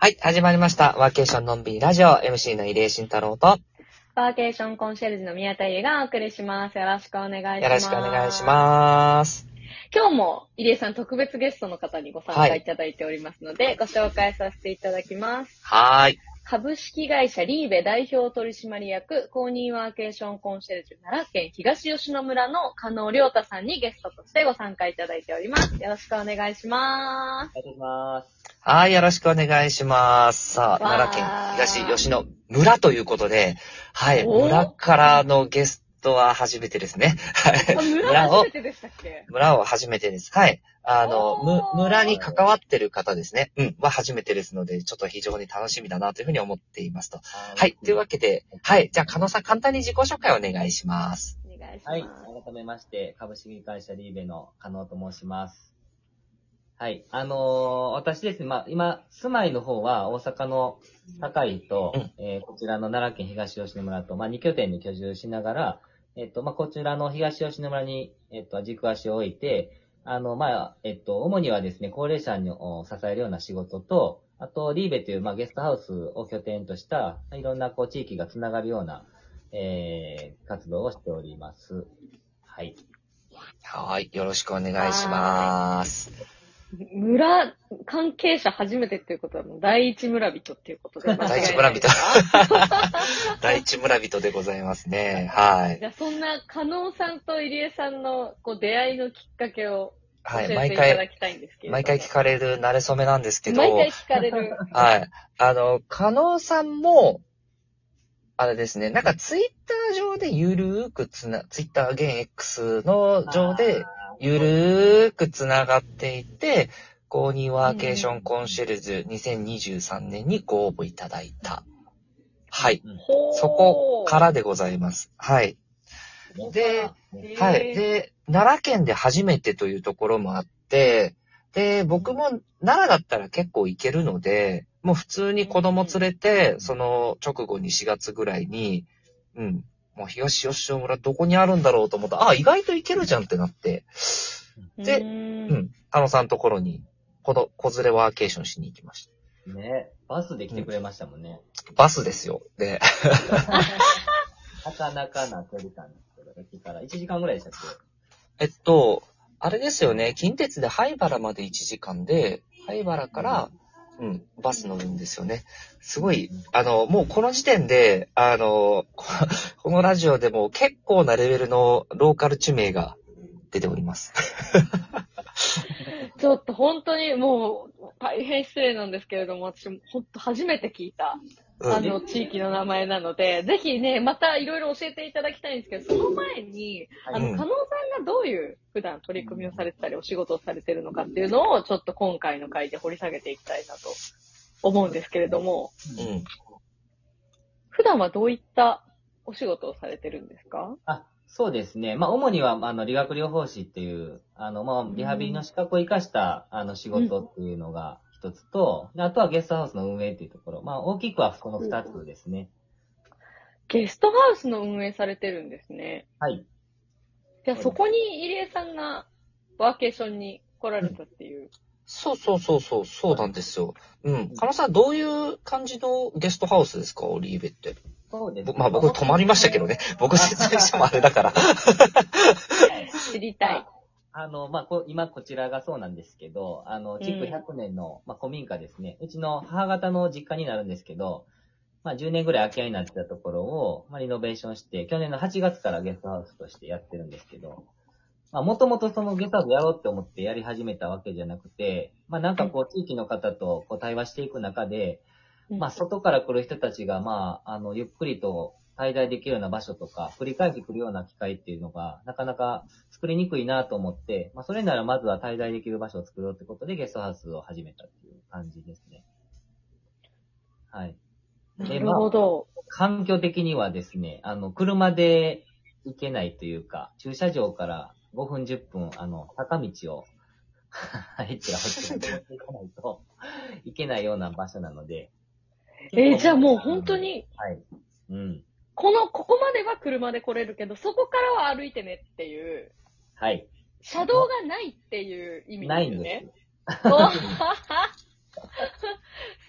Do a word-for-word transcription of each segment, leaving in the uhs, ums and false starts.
はい、始まりました。ワーケーションのんびりラジオ エムシー の入江慎太郎と、 ワーケーションコンシェルジュの宮田優がお送りします。よろしくお願いします。 よろしくお願いします。 今日も入江さん特別ゲストの方にご参加いただいておりますので、はい、ご紹介させていただきます。 はい。 株式会社リーベ代表取締役公認ワーケーションコンシェルジュ奈良県東吉野村の加納亮太さんにゲストとしてご参加いただいております。よろしくお願いします。 お願いします。 はい、よろしくお願いします。さあ、奈良県東吉野村ということで、はい、村からのゲストは初めてですね。 はい。村初めてでしたっけ？ 村を初めてです。はい。あの、む、村に関わってる方ですね。うん、は初めてですので、ちょっと非常に楽しみだなというふうに思っていますと。はい。というわけで、はい。じゃあ、加納さん、簡単に自己紹介をお願いします。 お願いします。 はい。改めまして、株式会社リーベの加納と申します。はい。あのー、私ですね、まあ、今、住まいの方は大阪の堺と、うん、えー、こちらの奈良県東吉野村と、まあ、に拠点に居住しながら、えっと、まあ、こちらの東吉野村に、えっと、軸足を置いて、あの、まあ、えっと、主にはですね、高齢者を支えるような仕事と、あと、リーベという、まあ、ゲストハウスを拠点とした、いろんな、こう、地域がつながるような、えー、活動をしております。はい。 はい。よろしくお願いします。 村関係者初めてっていうことはもう第一村人っていうことで。 第一村人。第一村人でございますね。はい。 じゃあそんな加納さんと入江さんのこう出会いのきっかけを教えていただきたいんですけど、 はい、毎回、毎回聞かれる慣れ初めなんですけど。 毎回聞かれる。 はい。あの、加納さんも、あれですね、なんかツイッター上でゆるーくつな、ツイッター現 X の上でゆるーくつながっていて、公認ワーケーションコンシェルジュにせんにじゅうさんねんにご応募いただいた。はい。そこからでございます。はい。で、はい。で、奈良県で初めてというところもあって、で、僕も奈良だったら結構行けるので、もう普通に子供連れて、その直後にしがつぐらいに、うん、もう東吉野村どこにあるんだろうと思ったら、あ、意外と行けるじゃんってなって、で、うん、加納さんのところに、この子連れワーケーションしに行きました。 ね、バスで来てくれましたもんね。 うん、バスですよ。で、 なかなかな距離感ですけど、駅からいちじかんぐらいでしたっけ？えっと、あれですよね、近鉄で灰原までいちじかんで、灰原から、うん、うん、バス乗るんですよね。すごい、あの、もうこの時点で、あの、このラジオでも結構なレベルのローカル地名が出ております。 ちょっと本当にもう大変失礼なんですけれども、私も本当初めて聞いた、あの、地域の名前なので、ぜひね、またいろいろ教えていただきたいんですけど、その前に、あの、加納さんがどういう普段取り組みをされてたり、お仕事をされてるのかっていうのを、ちょっと今回の回で掘り下げていきたいなと思うんですけれども、うん、普段はどういったお仕事をされてるんですか？ あ、そうですね。まあ、主には、あの、理学療法士っていう、あの、まあ、リハビリの資格を生かした、あの、仕事っていうのが一つと、うん、あとはゲストハウスの運営っていうところ。まあ、大きくはこの二つですね。 ゲストハウスの運営されてるんですね。 はい。 じゃあ、そこに入江さんがワーケーションに来られたっていう。うん、 そうそうそうそう、そうなんですよ。うん。加納さん、どういう感じのゲストハウスですか、オリーベって。 そうですね。 まあ僕泊まりましたけどね。僕説明してもあれだから。 知りたい。 あの、まあ、こ、今こちらがそうなんですけど、あの、築ひゃくねんの、うん、まあ、古民家ですね。うちの母方の実家になるんですけど、まあ、じゅうねんぐらい空き家になってたところを、まあ、リノベーションして、去年のはちがつからゲストハウスとしてやってるんですけど、まあ、もともとそのゲストハウスやろうって思ってやり始めたわけじゃなくて、まあ、なんかこう、地域の方とこう対話していく中で、まあ、外から来る人たちが、まあ、あの、ゆっくりと滞在できるような場所とか、繰り返し来るような機会っていうのが、なかなか作りにくいなと思って、まあ、それならまずは滞在できる場所を作ろうってことで、ゲストハウスを始めたっていう感じですね。はい。 なるほど。 まあ、環境的にはですね、あの、車で行けないというか、駐車場からごふんじゅっぷん、あの、坂道を、入ってら入って行かないといけないような場所なので。 えー、じゃあもう本当に、 はい。うん。 この、ここまでは車で来れるけど、そこからは歩いてねっていう。 はい。 車道がないっていう意味ですよね。ないんです。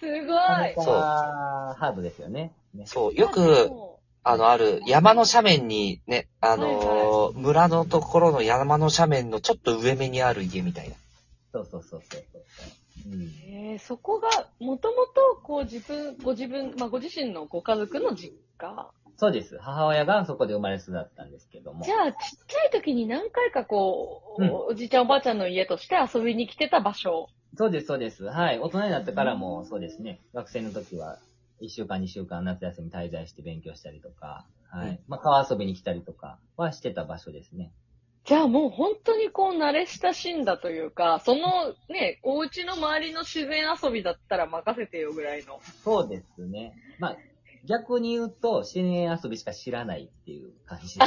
すごい。 そう。 ハードですよね。ねそう、よく、あの、ある山の斜面にね、あのーはいはい、村のところの山の斜面のちょっと上目にある家みたいな。 そうそうそうそうそう。 うん、えー、そこが、もともと、こう自分、ご自分、まあ、ご自身のご家族の実家。 そうです。母親がそこで生まれ育ったんですけども。 じゃあ、ちっちゃい時に何回かこう、うん、おじいちゃんおばあちゃんの家として遊びに来てた場所。 そうです、そうです。はい。大人になってからも、そうですね。学生の時は、いっしゅうかん、にしゅうかん夏休み滞在して勉強したりとか、はい。うん、まあ、川遊びに来たりとかはしてた場所ですね。 じゃあもう本当にこう慣れ親しんだというか、そのね、お家の周りの自然遊びだったら任せてよぐらいの。 そうですね。まあ、逆に言うと、自然遊びしか知らないっていう感じです。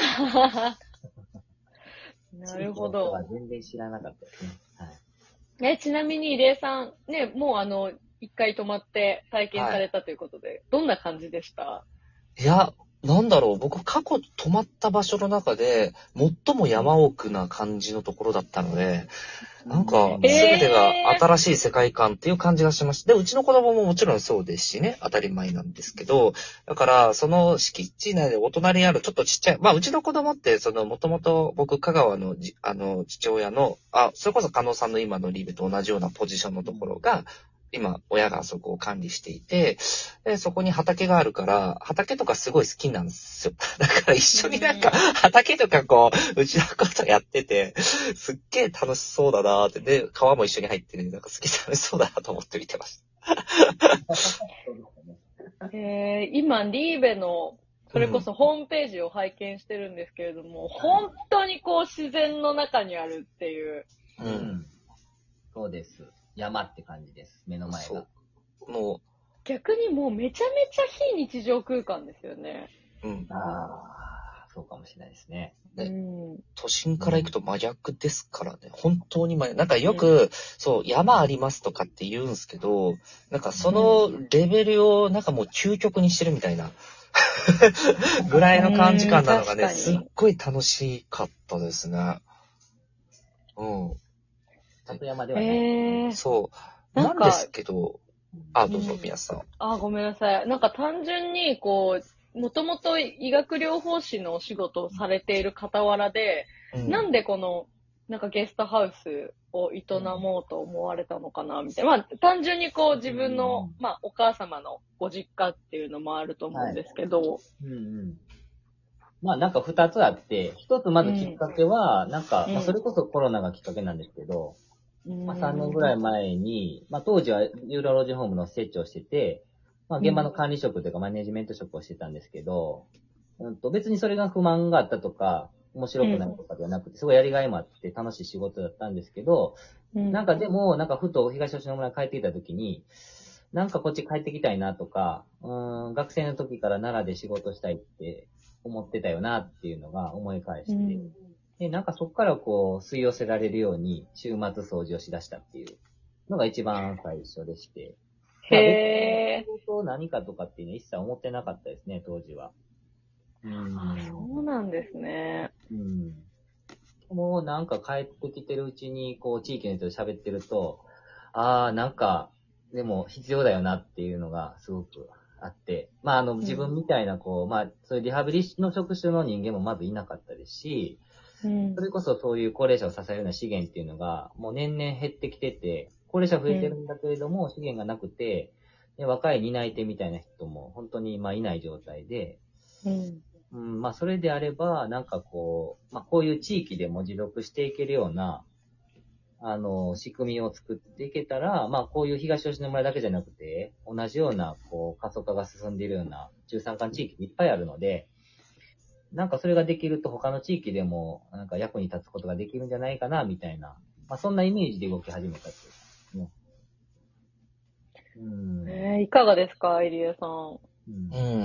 なるほど。 は全然知らなかったですね。はい。 え、ちなみに、入江さん、ね、もうあの、一回泊まって体験されたということで、はい、どんな感じでした？ いや、なんだろう、僕過去泊まった場所の中で、最も山奥な感じのところだったので、なんか、すべてが新しい世界観っていう感じがしました。で、うちの子供ももちろんそうですしね、当たり前なんですけど、だから、その敷地内でお隣にあるちょっとちっちゃい、まあ、うちの子供って、その、もともと僕、香川のじ、あの、父親の、あ、それこそ加納さんの今のリーベと同じようなポジションのところが、今、親がそこを管理していて、で、そこに畑があるから、畑とかすごい好きなんですよ。だから一緒になんか、畑とかこう、うちのことやってて、すっげえ楽しそうだなーって、で、川も一緒に入ってるんで、なんか好き楽しそうだなと思って見てました。 えー、今、リーベの、それこそホームページを拝見してるんですけれども、うん、本当にこう自然の中にあるっていう。 うん。そうです。山って感じです。目の前が。 もう。 逆にもうめちゃめちゃ非日常空間ですよね。 うん。 ああ、そうかもしれないですね。 ね、うん、都心から行くと真逆ですからね。本当に真逆。なんかよく、うん、そう、山ありますとかって言うんですけど、なんかそのレベルをなんかもう究極にしてるみたいなぐらいの感じ感なのがね、すっごい楽しかったですね。うん。 里山ではない。 えー、 そう。なんですけど、あ、どうぞ、宮さん。 あ、ごめんなさい。なんか単純に、こう、もともと医学療法士のお仕事をされている傍らで、うん、なんでこの、なんかゲストハウスを営もうと思われたのかな、みたいな。まあ、単純にこう自分の、うん、まあ、お母様のご実家っていうのもあると思うんですけど。はい、 うんうん。まあなんか二つあって、一つまずきっかけは、なんか、うん、まあそれこそコロナがきっかけなんですけど、まあ、さんねんぐらい前に、まあ、当時はユーロロジーホームの施設をしてて、まあ、現場の管理職というかマネジメント職をしてたんですけど、うんと別にそれが不満があったとか、面白くないとかではなくて、すごいやりがいもあって楽しい仕事だったんですけど、うん、なんかでも、なんかふと東吉野村に帰ってきた時に、なんかこっち帰ってきたいなとか、うーん、学生の時から奈良で仕事したいって思ってたよなっていうのが思い返して、うんで、なんかそこからこう、吸い寄せられるように、週末掃除をしだしたっていうのが一番最初でして。 へー。 と何かとかっていうのは一切思ってなかったですね、当時は。 うん。あ、そうなんですね。 うん。もうなんか帰ってきてるうちに、こう、地域の人と喋ってると、ああ、なんか、でも必要だよなっていうのがすごくあって、まああの、自分みたいなこう、うん、まあ、そういうリハビリの職種の人間もまずいなかったですし、うん、それこそそういう高齢者を支えるような資源っていうのが、もう年々減ってきてて、高齢者増えてるんだけれども、うん、資源がなくて、で若い担い手みたいな人も本当に今いない状態で、うんうん、まあそれであれば、なんかこう、まあこういう地域でも持続していけるような、あの、仕組みを作っていけたら、まあこういう東吉野村だけじゃなくて、同じような、こう、過疎化が進んでいるような中山間地域いっぱいあるので、なんかそれができると他の地域でもなんか役に立つことができるんじゃないかなみたいな、まあそんなイメージで動き始めたっていうね。 うん。えー、いかがですか、入江さん。 うん、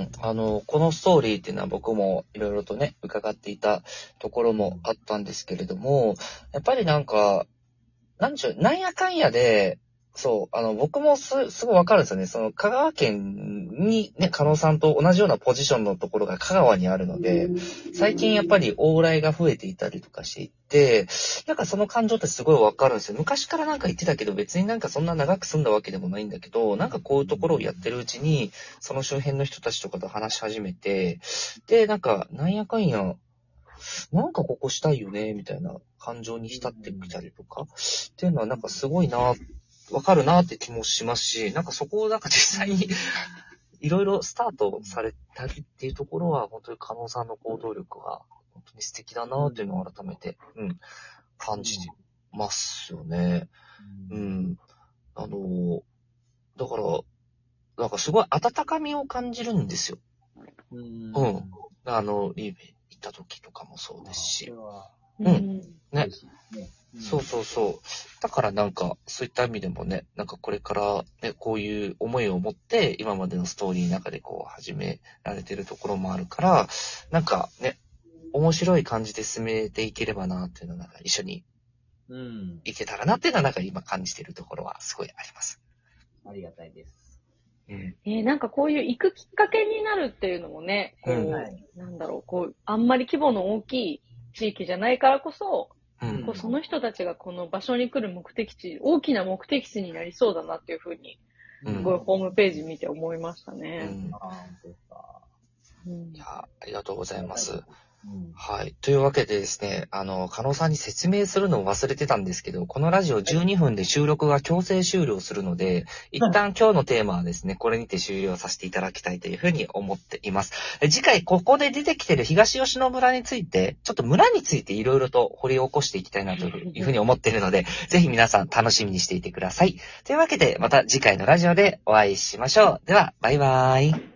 あの、このストーリーっていうのは僕もいろいろとね、伺っていたところもあったんですけれども、やっぱりなんか、なんでしょう、なんやかんやで、 そう、あの、僕もす、すごいわかるんですよね。その、香川県にね、加納さんと同じようなポジションのところが香川にあるので、最近やっぱり往来が増えていたりとかしていて、なんかその感情ってすごいわかるんですよ。昔からなんか言ってたけど、別になんかそんな長く住んだわけでもないんだけど、なんかこういうところをやってるうちに、その周辺の人たちとかと話し始めて、で、なんか、なんやかんや、なんかここしたいよね、みたいな感情に浸ってきたりとか、っていうのはなんかすごいな、わかるなって気もしますし、なんかそこをなんか実際にいろいろスタートされたりっていうところは、本当に加納さんの行動力が本当に素敵だなっていうのを改めて、うん、感じますよね。うん。あの、だから、なんかすごい温かみを感じるんですよ。 うん。 うん。あの、リーベ行った時とかもそうですし。 うん。 うんね。 ねそうそうそう。だからなんか、そういった意味でもね、なんかこれからね、こういう思いを持って、今までのストーリーの中でこう始められてるところもあるから、なんかね、面白い感じで進めていければなっていうのは、なんか一緒にうん。 いけたらなっていうのは、なんか今感じてるところはすごいあります。 ありがたいです。 うん。 えーなんかこういう行くきっかけになるっていうのもね、こう、 うんはいなんだろう、こう、あんまり規模の大きい地域じゃないからこそ、 うん。 こうその人たちがこの場所に来る目的地、大きな目的地になりそうだなっていうふうに、 うんすごいホームページ見て思いましたうね。 ん。 ああ、本当ですか。 うんいや、ありがとうございます。 うん。 はい。というわけでですね、あの、加納さんに説明するのを忘れてたんですけど、このラジオじゅうにふんで収録が強制終了するので、一旦今日のテーマはですね、これにて終了させていただきたいというふうに思っています。え次回、ここで出てきている東吉野村について、ちょっと村についていろいろと掘り起こしていきたいなというふうに思っているので、ぜひ皆さん楽しみにしていてください。というわけで、また次回のラジオでお会いしましょう。では、バイバーイ。